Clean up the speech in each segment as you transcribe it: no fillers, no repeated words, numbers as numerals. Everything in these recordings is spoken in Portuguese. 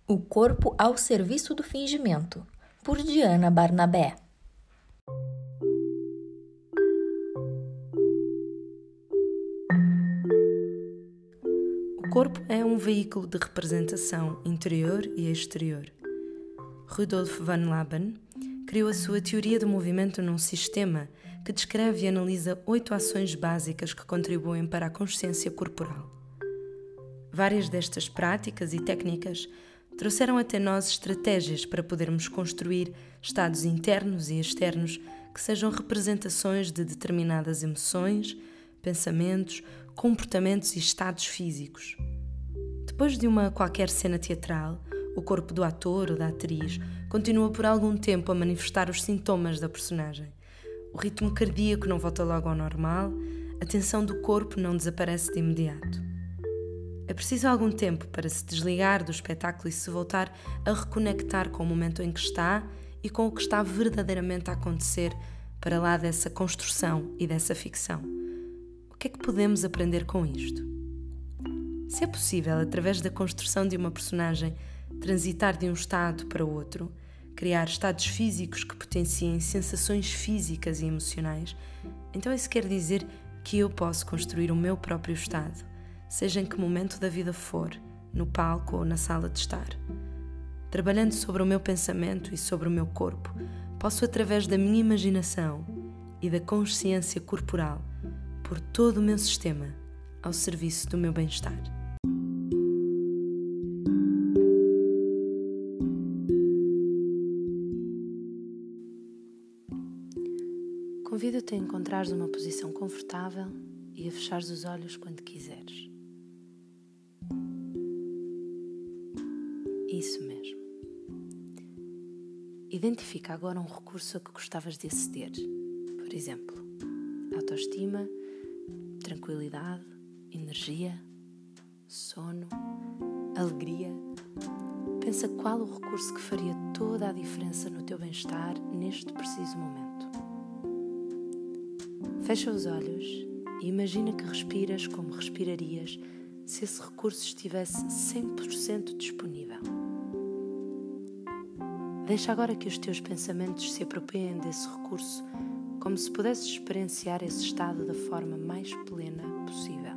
O corpo ao serviço do fingimento, por Diana Barnabé. O corpo é um veículo de representação interior e exterior. Rudolf van Laban criou a sua teoria do movimento num sistema que descreve e analisa 8 ações básicas que contribuem para a consciência corporal. Várias destas práticas e técnicas trouxeram até nós estratégias para podermos construir estados internos e externos que sejam representações de determinadas emoções, pensamentos, comportamentos e estados físicos. Depois de uma qualquer cena teatral, o corpo do ator ou da atriz continua por algum tempo a manifestar os sintomas da personagem. O ritmo cardíaco não volta logo ao normal, a tensão do corpo não desaparece de imediato. É preciso algum tempo para se desligar do espetáculo e se voltar a reconectar com o momento em que está e com o que está verdadeiramente a acontecer para lá dessa construção e dessa ficção. O que é que podemos aprender com isto? Se é possível, através da construção de uma personagem, transitar de um estado para o outro, criar estados físicos que potenciem sensações físicas e emocionais, então isso quer dizer que eu posso construir o meu próprio estado, seja em que momento da vida for, no palco ou na sala de estar. Trabalhando sobre o meu pensamento e sobre o meu corpo, posso, através da minha imaginação e da consciência corporal, pôr todo o meu sistema ao serviço do meu bem-estar. Convido-te a encontrares uma posição confortável e a fechares os olhos quando quiseres. Isso mesmo. Identifica agora um recurso a que gostavas de aceder. Por exemplo, autoestima, tranquilidade, energia, sono, alegria. Pensa qual o recurso que faria toda a diferença no teu bem-estar neste preciso momento. Fecha os olhos e imagina que respiras como respirarias se esse recurso estivesse 100% disponível. Deixa agora que os teus pensamentos se apropriem desse recurso como se pudesses experienciar esse estado da forma mais plena possível.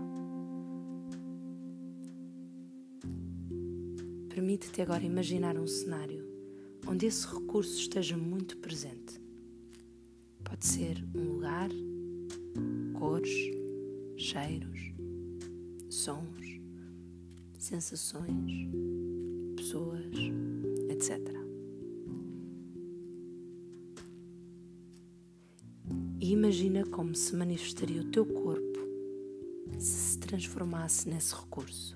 Permite-te agora imaginar um cenário onde esse recurso esteja muito presente. Pode ser um lugar, cores, cheiros, sons, sensações, pessoas, etc. E imagina como se manifestaria o teu corpo se transformasse nesse recurso.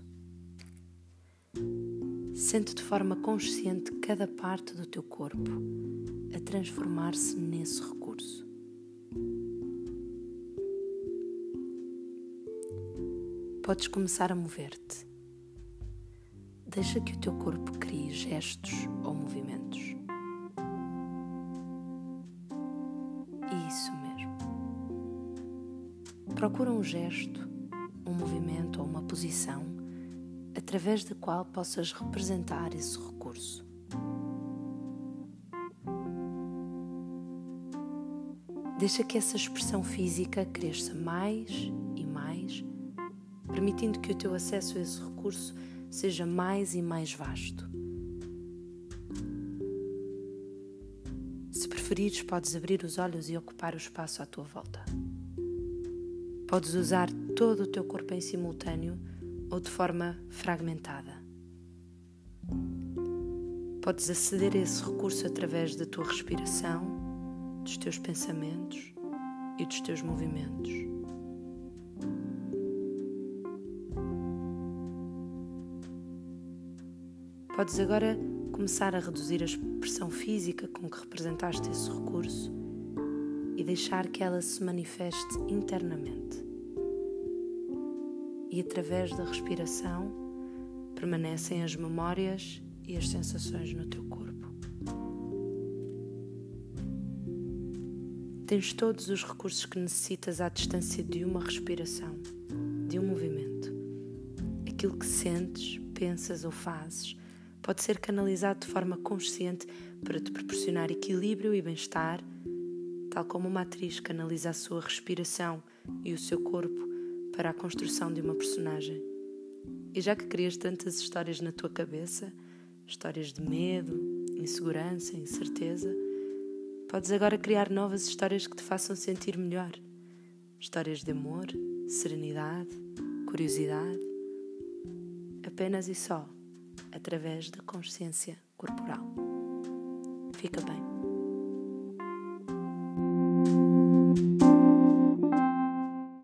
Sente de forma consciente cada parte do teu corpo a transformar-se nesse recurso. Podes começar a mover-te. Deixa que o teu corpo crie gestos ou movimentos. Isso mesmo. Procura um gesto, um movimento ou uma posição através da qual possas representar esse recurso. Deixa que essa expressão física cresça mais e mais, permitindo que o teu acesso a esse recurso seja mais e mais vasto. Se preferires, podes abrir os olhos e ocupar o espaço à tua volta. Podes usar todo o teu corpo em simultâneo ou de forma fragmentada. Podes aceder a esse recurso através da tua respiração, dos teus pensamentos e dos teus movimentos. Podes agora começar a reduzir a expressão física com que representaste esse recurso e deixar que ela se manifeste internamente. E através da respiração permanecem as memórias e as sensações no teu corpo. Tens todos os recursos que necessitas à distância de uma respiração, de um movimento. Aquilo que sentes, pensas ou fazes pode ser canalizado de forma consciente para te proporcionar equilíbrio e bem-estar, tal como uma atriz canaliza a sua respiração e o seu corpo para a construção de uma personagem. E já que crias tantas histórias na tua cabeça, histórias de medo, insegurança, incerteza, podes agora criar novas histórias que te façam sentir melhor. Histórias de amor, serenidade, curiosidade, apenas e só através da consciência corporal. Fica bem.